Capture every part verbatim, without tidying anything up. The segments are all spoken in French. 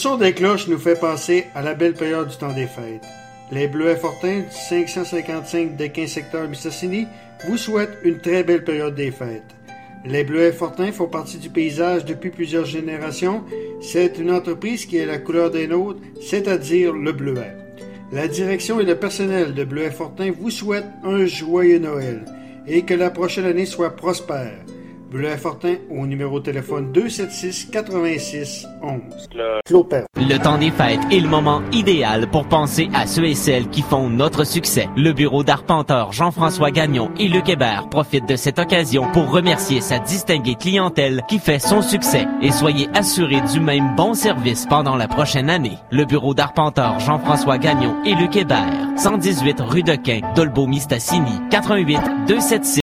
son des cloches nous fait penser à la belle période du temps des fêtes. Les Bleuets Fortin du cinq cent cinquante-cinq des quinze secteurs Mistassini vous souhaitent une très belle période des fêtes. Les Bleuets Fortin font partie du paysage depuis plusieurs générations. C'est une entreprise qui est la couleur des nôtres, c'est-à-dire le bleuet. La direction et le personnel de Bleuets Fortin vous souhaitent un joyeux Noël et que la prochaine année soit prospère. Bleuets Fortin au numéro de téléphone deux sept six, quatre-vingt-six, onze. Claude. Le temps des fêtes est le moment idéal pour penser à ceux et celles qui font notre succès. Le bureau d'arpenteur Jean-François Gagnon et Luc Hébert profitent de cette occasion pour remercier sa distinguée clientèle qui fait son succès et soyez assurés du même bon service pendant la prochaine année. Le bureau d'arpenteur Jean-François Gagnon et Luc Hébert, cent dix-huit rue de Quin, Dolbeau-Mistassini, quatre un huit, deux sept six.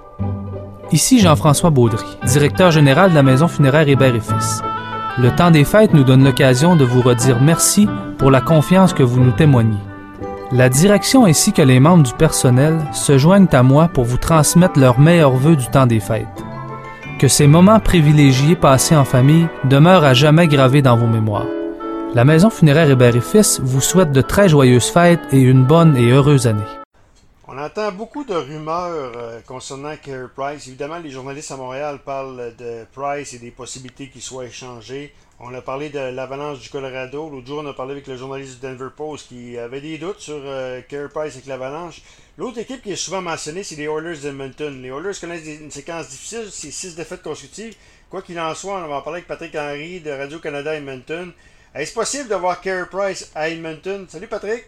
Ici Jean-François Baudry, directeur général de la Maison funéraire Hébert et Fils. Le temps des fêtes nous donne l'occasion de vous redire merci pour la confiance que vous nous témoignez. La direction ainsi que les membres du personnel se joignent à moi pour vous transmettre leurs meilleurs vœux du temps des fêtes. Que ces moments privilégiés passés en famille demeurent à jamais gravés dans vos mémoires. La Maison funéraire Hébert et Fils vous souhaite de très joyeuses fêtes et une bonne et heureuse année. On entend beaucoup de rumeurs euh, concernant Carey Price. Évidemment, les journalistes à Montréal parlent de Price et des possibilités qu'il soit échangé. On a parlé de l'Avalanche du Colorado. L'autre jour, on a parlé avec le journaliste du Denver Post qui avait des doutes sur euh, Carey Price avec l'Avalanche. L'autre équipe qui est souvent mentionnée, c'est les Oilers d'Edmonton. Les Oilers connaissent des, une séquence difficile, c'est six défaites consécutives. Quoi qu'il en soit, on va en parler avec Patrick Henry de Radio-Canada Edmonton. Est-ce possible de voir Carey Price à Edmonton? Salut Patrick!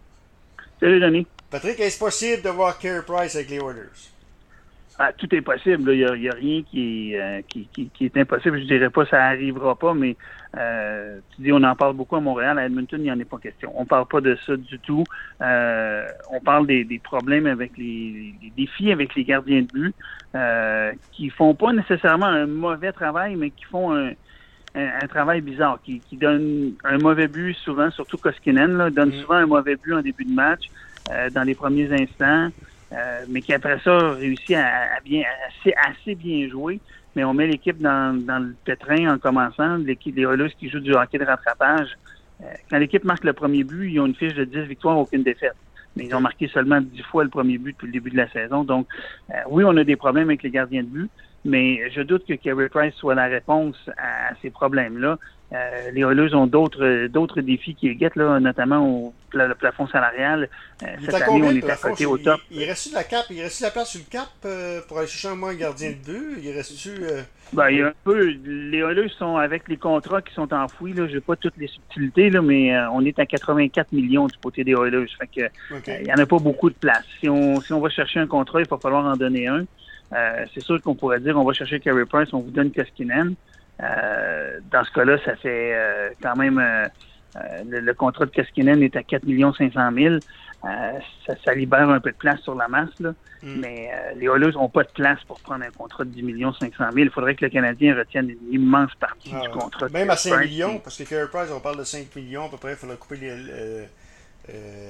Salut Denis. Patrick, est-ce possible de voir Carey Price avec les Oilers? Ah, tout est possible. Il n'y a, a rien qui est, euh, qui, qui, qui est impossible. Je dirais pas que ça n'arrivera pas, mais euh, tu dis on en parle beaucoup à Montréal. À Edmonton, il n'y en est pas question. On parle pas de ça du tout. Euh, on parle des, des problèmes avec les, les défis avec les gardiens de but euh, qui font pas nécessairement un mauvais travail, mais qui font un, un, un travail bizarre, qui, qui donne un mauvais but souvent, surtout Koskinen, là, donne mmh. souvent un mauvais but en début de match. Euh, dans les premiers instants, euh, mais qui après ça réussit à, à bien, assez, assez bien jouer. Mais on met l'équipe dans, dans le pétrin en commençant, l'équipe des Oilers qui jouent du hockey de rattrapage. Euh, quand l'équipe marque le premier but, ils ont une fiche de dix victoires, aucune défaite. Mais ils ont marqué seulement dix fois le premier but depuis le début de la saison. Donc, euh, oui, on a des problèmes avec les gardiens de but, mais je doute que Carey Price soit la réponse à, à ces problèmes-là. Euh, les Oilers ont d'autres d'autres défis qui les guettent, là, notamment au pla- le plafond salarial. Euh, cette année, on est à côté au top. Il, il reste-tu de la cap, il reste-tu de la place sur le cap euh, pour aller chercher un moins gardien de but? Il reste-tu... Euh... Ben, il y a un peu... Les Oilers sont avec les contrats qui sont enfouis, là, je n'ai pas toutes les subtilités, là, mais euh, on est à quatre-vingt-quatre millions du côté des Oilers. Fait que okay. euh, il n'y en a pas beaucoup de place. Si on, si on va chercher un contrat, il va falloir en donner un. Euh, c'est sûr qu'on pourrait dire on va chercher Carey Price, on vous donne Koskinen. Euh, dans ce cas-là, ça fait euh, quand même euh, euh, le, le contrat de Koskinen est à quatre millions cinq cent mille. Euh, ça, ça libère un peu de place sur la masse, là. Mm. Mais euh, les Oilers n'ont pas de place pour prendre un contrat de dix millions cinq cent mille. Il faudrait que le Canadien retienne une immense partie ah, du contrat. Même à cinq millions, parce que Carey Price, on parle de cinq millions à peu près, il faudrait couper les... Euh, euh,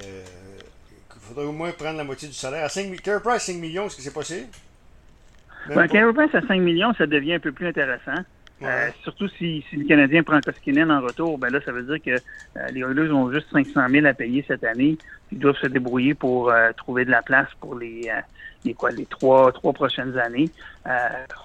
il faudrait au moins prendre la moitié du salaire. À cinq, Carey Price, cinq millions, est-ce que c'est possible? Ben, Carey Price à cinq millions, ça devient un peu plus intéressant. Ouais. Euh, surtout si, si le Canadien prend Koskinen en retour, ben là, ça veut dire que euh, les Oilers ont juste cinq cent mille à payer cette année. Ils doivent se débrouiller pour euh, trouver de la place pour les, euh, les, quoi, les trois, trois prochaines années. Euh,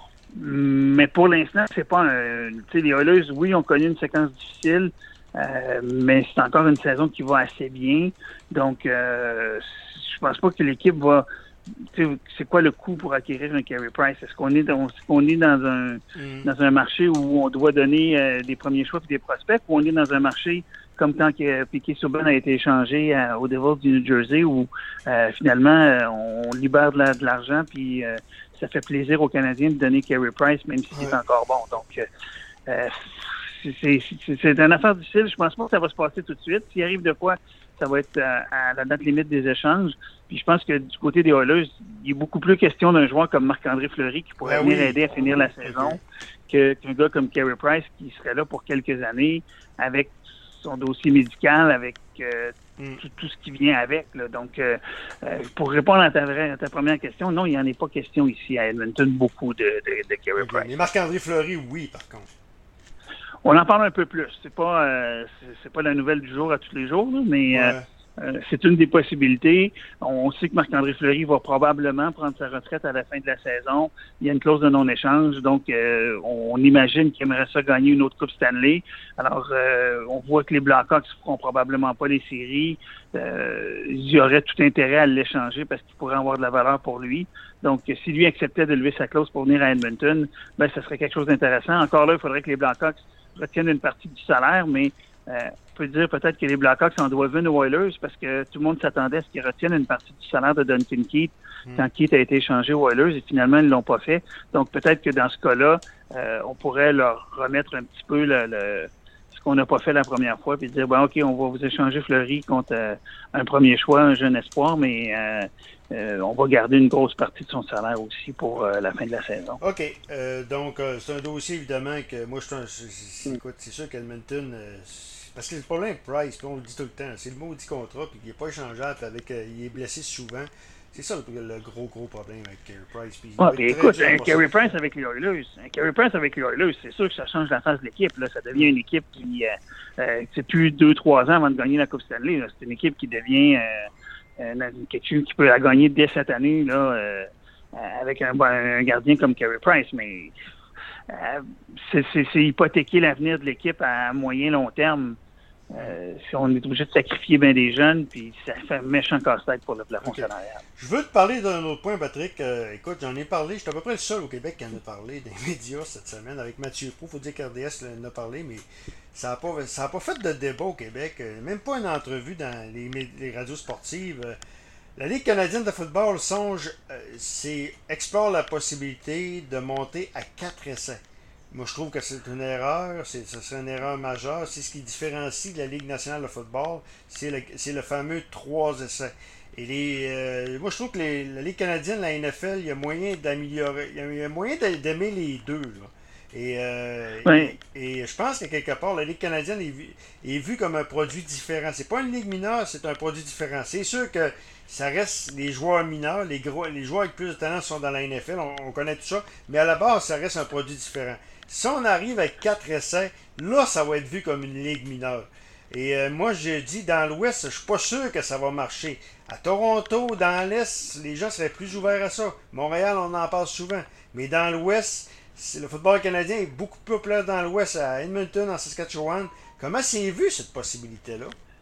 mais pour l'instant, c'est pas un... Tu sais, les Oilers, oui, ont connu une séquence difficile, euh, mais c'est encore une saison qui va assez bien. Donc, euh, je pense pas que l'équipe va... C'est quoi le coût pour acquérir un Carey Price? Est-ce qu'on est dans, est-ce qu'on est dans un mm. dans un marché où on doit donner euh, des premiers choix et des prospects, ou on est dans un marché comme quand euh, Piquet Subban a été échangé euh, aux Devils du New Jersey, où euh, finalement euh, on libère de, la, de l'argent puis euh, ça fait plaisir aux Canadiens de donner Carey Price, même si ouais. c'est encore bon. Donc euh, c'est, c'est, c'est, c'est une affaire difficile. Je pense pas que ça va se passer tout de suite. S'il arrive de quoi, ça va être à, à la date limite des échanges. Puis je pense que du côté des Oilers, il est beaucoup plus question d'un joueur comme Marc-André Fleury qui pourrait ben venir oui. aider à finir la saison okay. que, qu'un gars comme Carey Price qui serait là pour quelques années avec son dossier médical, avec euh, mm. tout, tout ce qui vient avec. Là. Donc, euh, euh, pour répondre à ta, vraie, à ta première question, non, il n'y en est pas question ici à Edmonton, beaucoup de, de, de Carey okay. Price. Mais Marc-André Fleury, oui, par contre. On en parle un peu plus. C'est pas euh, c'est, c'est pas la nouvelle du jour à tous les jours, là, mais ouais. euh, euh, c'est une des possibilités. On sait que Marc-André Fleury va probablement prendre sa retraite à la fin de la saison. Il y a une clause de non-échange, donc euh, on, on imagine qu'il aimerait ça gagner une autre Coupe Stanley. Alors, euh, on voit que les Blackhawks ne feront probablement pas les séries. Euh, il y aurait tout intérêt à l'échanger parce qu'il pourrait avoir de la valeur pour lui. Donc, si lui acceptait de lever sa clause pour venir à Edmonton, ben, ça serait quelque chose d'intéressant. Encore là, il faudrait que les Blackhawks retiennent une partie du salaire, mais euh, on peut dire peut-être que les Blackhawks en doivent une aux Oilers parce que tout le monde s'attendait à ce qu'ils retiennent une partie du salaire de Duncan Keith mm. quand Keith a été échangé aux Oilers et finalement, ils ne l'ont pas fait. Donc, peut-être que dans ce cas-là, euh, on pourrait leur remettre un petit peu le, le ce qu'on n'a pas fait la première fois puis dire, bon, OK, on va vous échanger Fleury contre euh, un premier choix, un jeune espoir, mais euh, Euh, on va garder une grosse partie de son salaire aussi pour euh, la fin de la saison. OK. Euh, donc, euh, c'est un dossier, évidemment, que moi, je suis écoute, c'est sûr qu'Edmonton... Euh, parce que le problème avec Price, puis on le dit tout le temps, c'est le maudit contrat, puis il n'est pas échangeable, avec, euh, il est blessé souvent. C'est ça le, le gros, gros problème avec Carey Price. Puis ouais, puis écoute, un Carey Price avec les Oilers, un Carey Price avec les Oilers, c'est sûr que ça change la face de l'équipe. Là. Ça devient une équipe qui, euh, euh, c'est plus deux, trois ans avant de gagner la Coupe Stanley. Là. C'est une équipe qui devient... Euh, Euh, quelque chose qui peut la gagner dès cette année là, euh, avec un, un gardien comme Carey Price, mais euh, c'est, c'est, c'est hypothéquer l'avenir de l'équipe à moyen long terme. Euh, si on est obligé de sacrifier bien des jeunes, puis ça fait un méchant casse-tête pour le plafond okay. salarial. Je veux te parler d'un autre point, Patrick. Euh, écoute, j'en ai parlé, je suis à peu près le seul au Québec qui en a parlé des médias cette semaine avec Mathieu Proulx. Il faut dire qu'R D S en a parlé, mais ça n'a pas, ça a pas fait de débat au Québec, euh, même pas une entrevue dans les, les radios sportives. Euh, la Ligue canadienne de football songe, euh, c'est explore la possibilité de monter à quatre essais. Moi, je trouve que c'est une erreur, c'est, ce serait une erreur majeure. C'est ce qui différencie de la Ligue nationale de football, c'est le, c'est le fameux trois essais. Et les, euh, moi, je trouve que les, la Ligue canadienne, la N F L, il y a moyen d'améliorer, il y a moyen d'aimer les deux, là. Et, euh, oui. et, et je pense que quelque part, la Ligue canadienne est vue, est vue comme un produit différent. C'est pas une Ligue mineure, c'est un produit différent. C'est sûr que ça reste les joueurs mineurs, les, gros, les joueurs avec plus de talent sont dans la N F L, on, on connaît tout ça, mais à la base, ça reste un produit différent. Si on arrive avec quatre essais, là, ça va être vu comme une ligue mineure. Et euh, moi, j'ai dit, dans l'Ouest, je suis pas sûr que ça va marcher. À Toronto, dans l'Est, les gens seraient plus ouverts à ça. Montréal, on en parle souvent. Mais dans l'Ouest, le football canadien est beaucoup plus populaire dans l'Ouest, à Edmonton, en Saskatchewan. Comment c'est vu, cette possibilité-là?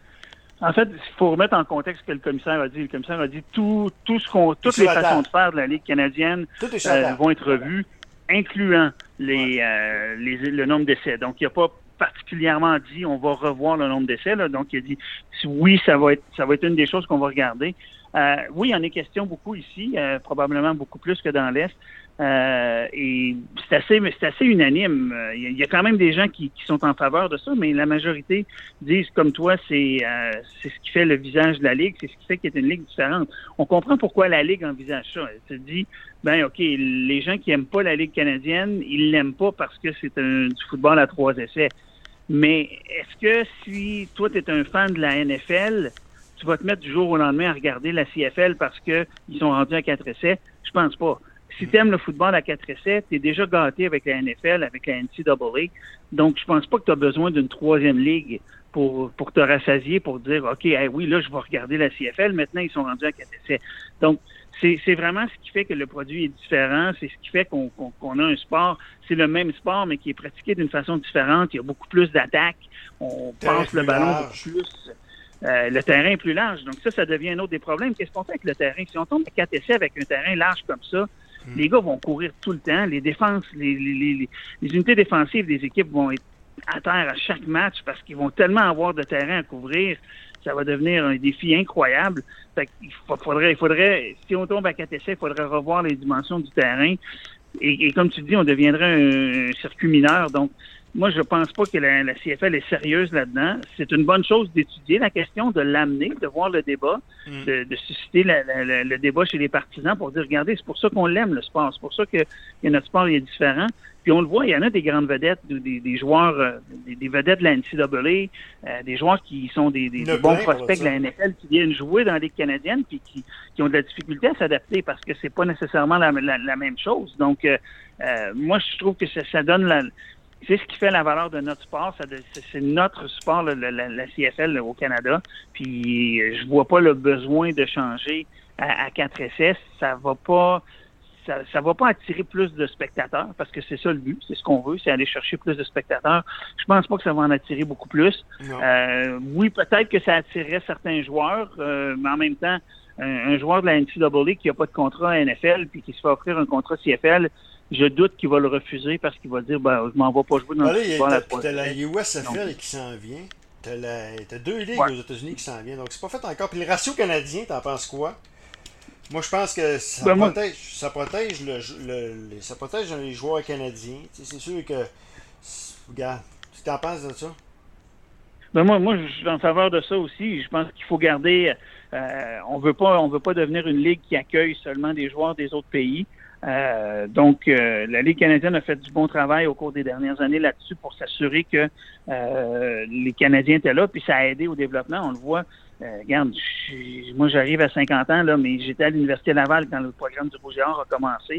En fait, il faut remettre en contexte ce que le commissaire a dit. Le commissaire a dit tout, tout ce qu'on, toutes les façons de faire de la Ligue canadienne euh, vont être revues, incluant les, euh, les, le nombre d'essais. Donc, il n'a pas particulièrement dit on va revoir le nombre d'essais. Là. Donc, il a dit oui, ça va être ça va être une des choses qu'on va regarder. Euh, oui, il y en a question beaucoup ici, euh, probablement beaucoup plus que dans l'Est. Euh, et c'est assez, c'est assez unanime. Il y a quand même des gens qui, qui sont en faveur de ça, mais la majorité disent comme toi, c'est, euh, c'est ce qui fait le visage de la Ligue, c'est ce qui fait qu'il y a une Ligue différente. On comprend pourquoi la Ligue envisage ça. Elle se dit, ben ok, les gens qui aiment pas la Ligue canadienne, ils l'aiment pas parce que c'est un, du football à trois essais. Mais est-ce que si toi, tu es un fan de la N F L, tu vas te mettre du jour au lendemain à regarder la C F L parce que ils sont rendus à quatre essais? Je pense pas. Si tu aimes le football à quatre essais, tu es déjà gâté avec la N F L, avec la N C A A. Donc, je pense pas que tu as besoin d'une troisième ligue pour, pour te rassasier, pour dire, OK, hey, oui, là, je vais regarder la C F L. Maintenant, ils sont rendus à quatre essais. Donc, c'est, c'est vraiment ce qui fait que le produit est différent. C'est ce qui fait qu'on, qu'on, qu'on a un sport. C'est le même sport, mais qui est pratiqué d'une façon différente. Il y a beaucoup plus d'attaques. On passe le ballon beaucoup plus. Euh, le terrain est plus large. Donc, ça, ça devient un autre des problèmes. Qu'est-ce qu'on fait avec le terrain? Si on tombe à quatre essais avec un terrain large comme ça, les gars vont courir tout le temps. Les défenses, les, les, les, les unités défensives des équipes vont être à terre à chaque match parce qu'ils vont tellement avoir de terrain à couvrir. Ça va devenir un défi incroyable. Fait qu'il faudrait, il faudrait, si on tombe à quatre essais, il faudrait revoir les dimensions du terrain. Et, et comme tu dis, on deviendrait un, un circuit mineur. Donc, moi, je pense pas que la, la C F L est sérieuse là-dedans. C'est une bonne chose d'étudier la question, de l'amener, de voir le débat, mm. de, de susciter la, la, la, le débat chez les partisans pour dire, regardez, c'est pour ça qu'on l'aime, le sport. C'est pour ça que, que notre sport est différent. Puis on le voit, il y en a des grandes vedettes, des, des joueurs, euh, des, des vedettes de la N C A A, euh, des joueurs qui sont des, des, des bons prospects de la N F L qui viennent jouer dans la Ligue canadienne puis qui, qui ont de la difficulté à s'adapter parce que c'est pas nécessairement la, la, la même chose. Donc, euh, euh, moi, je trouve que ça, ça donne la... c'est ce qui fait la valeur de notre sport. Ça, c'est, c'est notre sport, là, la, la, la C F L là, au Canada. Puis je vois pas le besoin de changer à, à quatre essais. Ça va pas... Ça, ça va pas attirer plus de spectateurs, parce que c'est ça le but, c'est ce qu'on veut, c'est aller chercher plus de spectateurs. Je pense pas que ça va en attirer beaucoup plus. Euh, oui, peut-être que ça attirerait certains joueurs, euh, mais en même temps, un, un joueur de la N C double A qui n'a pas de contrat N F L puis qui se fait offrir un contrat C F L, je doute qu'il va le refuser parce qu'il va dire ben, je m'en vais pas jouer dans allez, le football. T'as, t'as la U S F L donc, qui s'en vient. T'as, la, t'as deux ligues ouais. aux États-Unis qui s'en viennent. Donc c'est pas fait encore. Puis le ratio canadien, t'en penses quoi? Moi, je pense que ça ben protège, moi... ça protège le, le, le, ça protège les joueurs canadiens. Tu sais, c'est sûr que, regarde, tu t'en penses de ça? Ben moi, moi, je suis en faveur de ça aussi. Je pense qu'il faut garder. Euh, on veut pas, on veut pas devenir une ligue qui accueille seulement des joueurs des autres pays. Euh, donc, euh, la Ligue canadienne a fait du bon travail au cours des dernières années là-dessus pour s'assurer que euh, les Canadiens étaient là, puis ça a aidé au développement. On le voit. Euh, regarde, moi j'arrive à cinquante ans, là, mais j'étais à l'Université Laval quand le programme du Rouge et Or a commencé.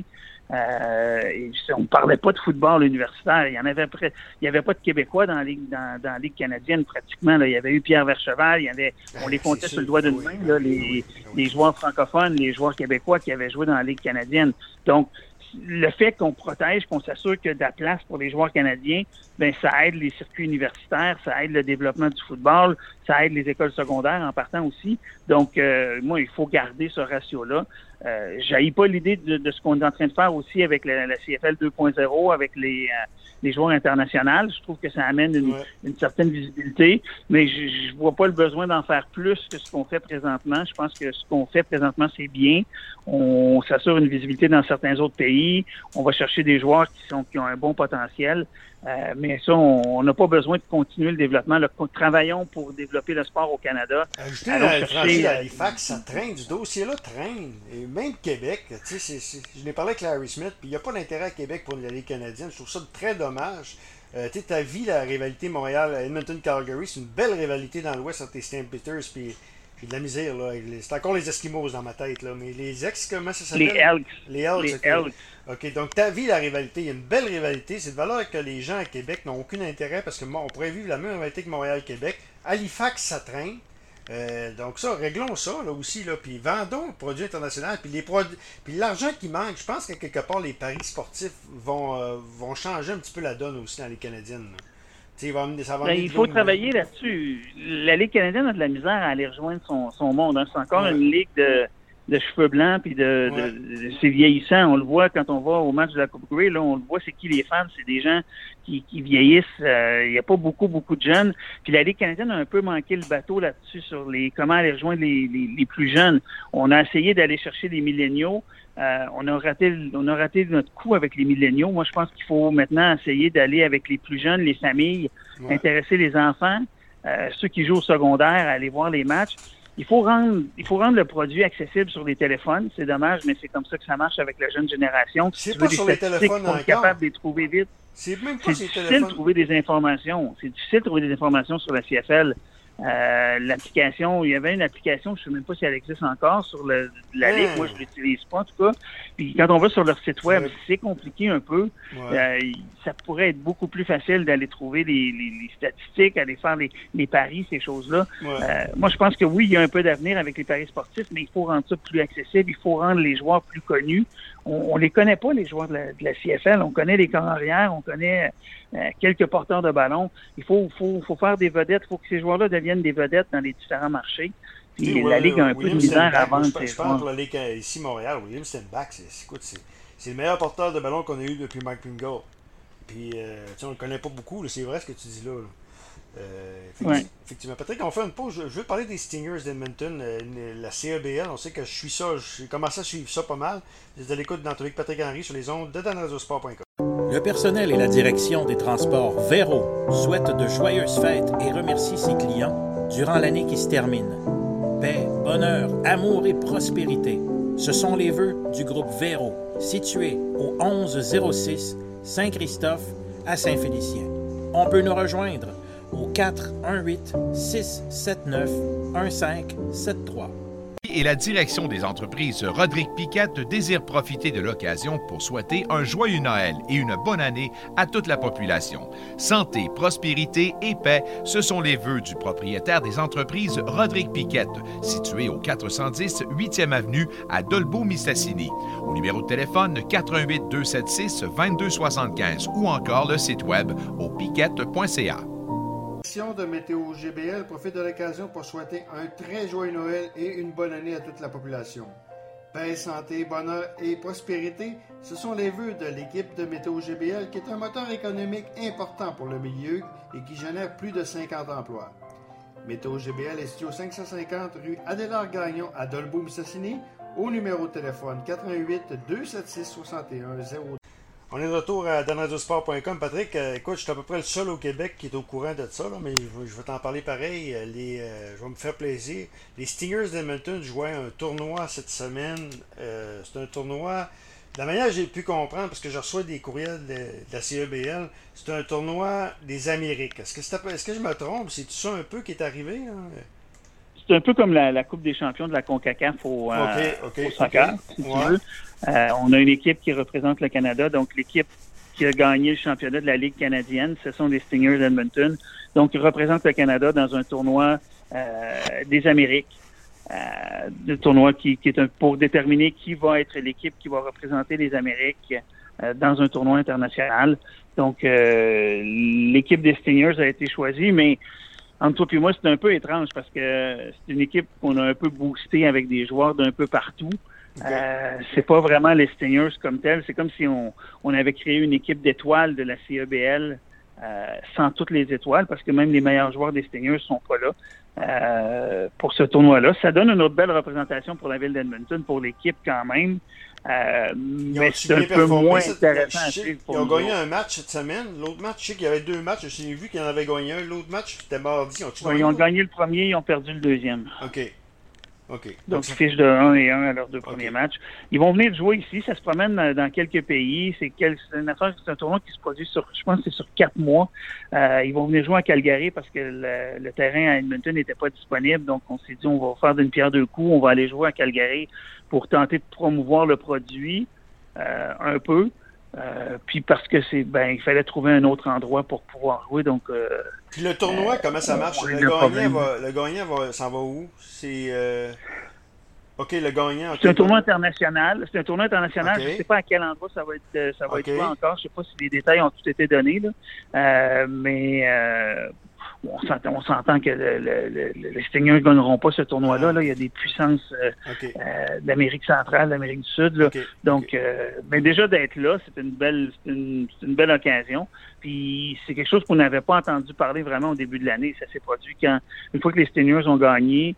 Euh, et on ne parlait pas de football universitaire. Il y en avait près, il y avait pas de Québécois dans la Ligue, dans, dans la Ligue canadienne pratiquement. Là. Il y avait eu Pierre Vercheval, il y avait, on les comptait sur le doigt d'une main, là, les, les joueurs francophones, les joueurs québécois qui avaient joué dans la Ligue canadienne. Donc, le fait qu'on protège, qu'on s'assure que de la place pour les joueurs canadiens, ben ça aide les circuits universitaires, ça aide le développement du football, ça aide les écoles secondaires en partant aussi. Donc, euh, moi, il faut garder ce ratio-là. Euh, j'haïs pas l'idée de, de ce qu'on est en train de faire aussi avec la, la C F L deux point zéro, avec les, euh, les joueurs internationaux. Je trouve que ça amène une, ouais. une certaine visibilité, mais je, je vois pas le besoin d'en faire plus que ce qu'on fait présentement. Je pense que ce qu'on fait présentement, c'est bien. On s'assure une visibilité dans certains autres pays. On va chercher des joueurs qui sont qui ont un bon potentiel. Euh, mais ça, on n'a pas besoin de continuer le développement. Là, travaillons pour développer le sport au Canada. Ajouter la franchise d'Halifax, ça traîne, du dossier-là traîne. Et même Québec, tu sais, c'est, c'est, je n'ai parlé avec Larry Smith, puis il n'y a pas d'intérêt à Québec pour la Ligue canadienne. Je trouve ça très dommage. Euh, tu sais, t'as vu la rivalité Montréal-Edmonton-Calgary, c'est une belle rivalité dans l'Ouest entre les Saint Peters puis J'ai de la misère, là. C'est encore les Eskimos dans ma tête, là. Mais les ex, comment ça s'appelle? Les Elks. Les Elks. Les okay. Elks. OK, donc ta vie, la rivalité, il y a une belle rivalité. C'est de valeur que les gens à Québec n'ont aucun intérêt parce que bon, on pourrait vivre la même rivalité que Montréal-Québec. Halifax, ça traîne. Euh, donc ça, réglons ça là aussi, là, puis vendons le produit international, puis les produits, puis l'argent qui manque, je pense que quelque part les paris sportifs vont, euh, vont changer un petit peu la donne aussi dans les Canadiennes. Il, va amener, ça va ben, il faut travailler monde. là-dessus. La Ligue canadienne a de la misère à aller rejoindre son, son monde. Hein. C'est encore ouais. une ligue de, de cheveux blancs, puis de, ouais. de, de c'est vieillissant. On le voit quand on va au match de la Coupe Grey, là, on le voit, c'est qui les fans, c'est des gens qui, qui vieillissent. Il euh, n'y a pas beaucoup, beaucoup de jeunes. Puis la Ligue canadienne a un peu manqué le bateau là-dessus sur les comment aller rejoindre les, les, les plus jeunes. On a essayé d'aller chercher les milléniaux. Euh, on a raté on a raté notre coup avec les milléniaux. Moi, je pense qu'il faut maintenant essayer d'aller avec les plus jeunes, les familles, ouais. intéresser les enfants, euh, ceux qui jouent au secondaire, aller voir les matchs. Il faut rendre il faut rendre le produit accessible sur les téléphones. C'est dommage, mais c'est comme ça que ça marche avec la jeune génération. C'est si pas sur les téléphones encore. On est capable de les trouver vite. C'est même pas c'est difficile téléphones. de trouver des informations. C'est difficile de trouver des informations sur la C F L. Euh, l'application, il y avait une application, je ne sais même pas si elle existe encore sur le, la Ligue, mmh. moi je l'utilise pas en tout cas. Puis quand on va sur leur site web, ouais. c'est compliqué un peu. Ouais. Euh, ça pourrait être beaucoup plus facile d'aller trouver les, les, les statistiques, aller faire les, les paris, ces choses-là. Ouais. Euh, moi je pense que oui, il y a un peu d'avenir avec les paris sportifs, mais il faut rendre ça plus accessible, il faut rendre les joueurs plus connus. On, on les connaît pas, les joueurs de la, de la C F L, on connaît les corps arrière, on connaît euh, quelques porteurs de ballon. Il faut, faut, faut faire des vedettes, il faut que ces joueurs-là deviennent des vedettes dans les différents marchés. Puis oui, la Ligue a un William peu de misère à vendre. Je, je pense pour la Ligue ici, Montréal, William Stenbach, c'est, écoute, c'est, c'est le meilleur porteur de ballon qu'on a eu depuis Mike Pringle. Puis, euh, tu sais, on le connaît pas beaucoup, là, c'est vrai ce que tu dis là. là. Euh, effectivement, ouais. effectivement. Patrick, on fait une pause. Je, je veux parler des Stingers d'Edmonton, euh, la C E B L. On sait que je suis ça, j'ai commencé à suivre ça pas mal. Vous êtes à l'écoute d'entrevue avec Patrick Henry sur les ondes de dan radio sport point com. Le personnel et la direction des transports Véro souhaitent de joyeuses fêtes et remercient ses clients durant l'année qui se termine. Paix, bonheur, amour et prospérité. Ce sont les vœux du groupe Véro, situé au onze zéro six Saint-Christophe à Saint-Félicien. On peut nous rejoindre au quatre un huit six sept neuf un cinq sept trois. Et la direction des entreprises Rodrigue Piquette désire profiter de l'occasion pour souhaiter un joyeux Noël et une bonne année à toute la population. Santé, prospérité et paix, ce sont les vœux du propriétaire des entreprises Rodrigue Piquette, situé au quatre cent dix huitième avenue à Dolbeau-Mistassini. Au numéro de téléphone quatre un huit, deux sept six, deux deux sept cinq ou encore le site web au piquette point c a. De Météo G B L profite de l'occasion pour souhaiter un très joyeux Noël et une bonne année à toute la population. Paix, santé, bonheur et prospérité, ce sont les vœux de l'équipe de Météo G B L qui est un moteur économique important pour le milieu et qui génère plus de cinquante emplois. Météo G B L est situé au cinq cent cinquante rue Adélard-Gagnon à Dolbeau-Mistassini au numéro de téléphone quatre un huit, deux sept six, six un zéro. On est de retour à dan radio sport point com. Patrick, euh, écoute, je suis à peu près le seul au Québec qui est au courant de ça, là, mais je, je vais t'en parler pareil. Les, euh, je vais me faire plaisir. Les Stingers d'Edmonton jouaient un tournoi cette semaine. Euh, c'est un tournoi, de la manière que j'ai pu comprendre, parce que je reçois des courriels de, de la C E B L, c'est un tournoi des Amériques. Est-ce que, c'est, est-ce que je me trompe? C'est tout ça un peu qui est arrivé? Là? C'est un peu comme la, la Coupe des champions de la CONCACAF au, euh, okay, okay, au soccer, okay. si ouais. tu veux. Euh, on a une équipe qui représente le Canada, donc l'équipe qui a gagné le championnat de la Ligue canadienne, ce sont les Stingers d'Edmonton. Donc, ils représentent le Canada dans un tournoi euh, des Amériques. Euh, le tournoi qui, qui est un, pour déterminer qui va être l'équipe qui va représenter les Amériques euh, dans un tournoi international. Donc, euh, l'équipe des Stingers a été choisie, mais entre toi et moi, c'est un peu étrange parce que c'est une équipe qu'on a un peu boostée avec des joueurs d'un peu partout. Okay. Euh, c'est pas vraiment les Stingers comme tels. C'est comme si on, on avait créé une équipe d'étoiles de la C E B L euh, sans toutes les étoiles parce que même les meilleurs joueurs des Stingers sont pas là euh, pour ce tournoi-là. Ça donne une autre belle représentation pour la ville d'Edmonton, pour l'équipe quand même. Euh, mais c'est un peu moins cette... intéressant à suivre pour Ils ont nous gagné autres. un match cette semaine. L'autre match, je sais qu'il y avait deux matchs. J'ai vu qu'il y en avait gagné un. L'autre match, c'était mardi. Ont ouais, ils ont gagné le premier, ils ont perdu le deuxième. OK. OK. Donc, ils fichent de un et un à leurs deux premiers okay. matchs. Ils vont venir jouer ici. Ça se promène dans quelques pays. C'est, quel... c'est une affaire, c'est un tournoi qui se produit sur, je pense que c'est sur quatre mois. Euh, ils vont venir jouer à Calgary parce que le, le terrain à Edmonton n'était pas disponible. Donc, on s'est dit, on va faire d'une pierre deux coups. On va aller jouer à Calgary pour tenter de promouvoir le produit euh, un peu. Euh, puis parce que c'est, ben, il fallait trouver un autre endroit pour pouvoir jouer. Donc, euh, puis le tournoi, euh, comment ça marche? Le, le gagnant, va, le gagnant va, s'en va où? C'est euh... OK, le gagnant. C'est un tournoi international. C'est un tournoi international. Okay. Je ne sais pas à quel endroit ça va être. Ça va okay. être encore. Je ne sais pas si les détails ont tous été donnés là. Euh, mais euh, on s'entend, on s'entend que le, le, le, les Stingers ne gagneront pas ce tournoi-là. Là. Il y a des puissances euh, okay. euh, d'Amérique centrale, d'Amérique du Sud. Là. Okay. Donc, okay. Euh, mais déjà d'être là, c'est une belle, c'est une, c'est une belle occasion. Puis c'est quelque chose qu'on n'avait pas entendu parler vraiment au début de l'année. Ça s'est produit quand, une fois que les Stingers ont gagné.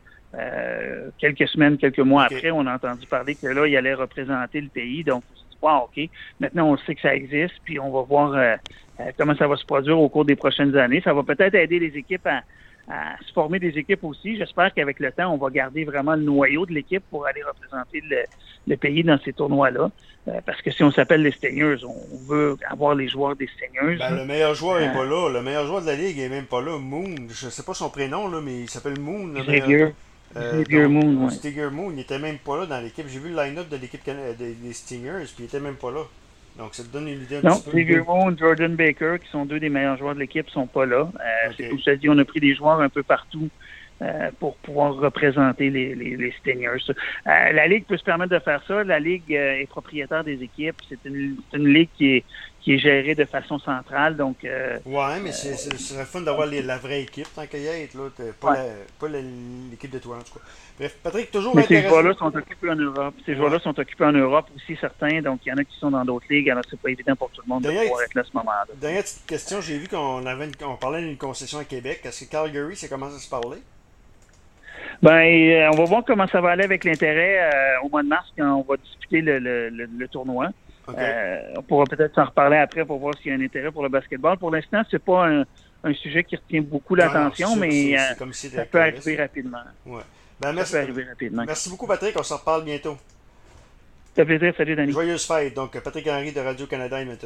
Euh, quelques semaines, quelques mois okay. après, on a entendu parler que là, il allait représenter le pays. Donc, on s'est dit, wow, OK. Maintenant, on sait que ça existe, puis on va voir euh, euh, comment ça va se produire au cours des prochaines années. Ça va peut-être aider les équipes à, à se former des équipes aussi. J'espère qu'avec le temps, on va garder vraiment le noyau de l'équipe pour aller représenter le, le pays dans ces tournois-là. Euh, parce que si on s'appelle les Stingers, on veut avoir les joueurs des Stingers. Ben, le meilleur joueur n'est euh, pas là. Le meilleur joueur de la Ligue n'est même pas là. Moon, je ne sais pas son prénom, là, mais il s'appelle Moon. Le meilleur... Euh, Stiger Moon, ouais. Stiger Moon, il n'était même pas là dans l'équipe. J'ai vu le line-up de l'équipe des, des Stingers, puis il n'était même pas là. Donc, ça te donne une idée un non, petit peu. Stiger Moon, Jordan Baker, qui sont deux des meilleurs joueurs de l'équipe, sont pas là. Euh, okay. C'est comme je te dis, on a pris des joueurs un peu partout euh, pour pouvoir représenter les, les, les Stingers. Euh, la Ligue peut se permettre de faire ça. La Ligue euh, est propriétaire des équipes. C'est une, c'est une Ligue qui est qui est gérée de façon centrale. Donc, euh, ouais, mais c'est, c'est, ce serait fun d'avoir les, la vraie équipe tant qu'il y a être, là. Pas, ouais. la, pas la, l'équipe de toi, en tout cas. Bref, Patrick, toujours mais intéressant. Ces joueurs-là sont occupés en Europe. Ces ouais. joueurs-là sont occupés en Europe aussi, certains. Donc, il y en a qui sont dans d'autres ligues. Alors, c'est pas évident pour tout le monde dernière, de pouvoir être là à ce moment-là. Dernière petite question. J'ai vu qu'on avait une, on parlait d'une concession à Québec. Est-ce que Calgary, ça commence à se parler? Ben, euh, on va voir comment ça va aller avec l'intérêt euh, au mois de mars quand on va disputer le, le, le, le tournoi. Okay. Euh, on pourra peut-être s'en reparler après pour voir s'il y a un intérêt pour le basketball. Pour l'instant, c'est pas un, un sujet qui retient beaucoup l'attention, non, non, mais c'est, c'est comme si ça peut arriver rapidement. Ouais. Ben, merci, ça peut arriver rapidement. Merci beaucoup, Patrick. On s'en reparle bientôt. Ça fait plaisir. Salut, Danny. Joyeuse fête. Donc, Patrick Henry de Radio-Canada.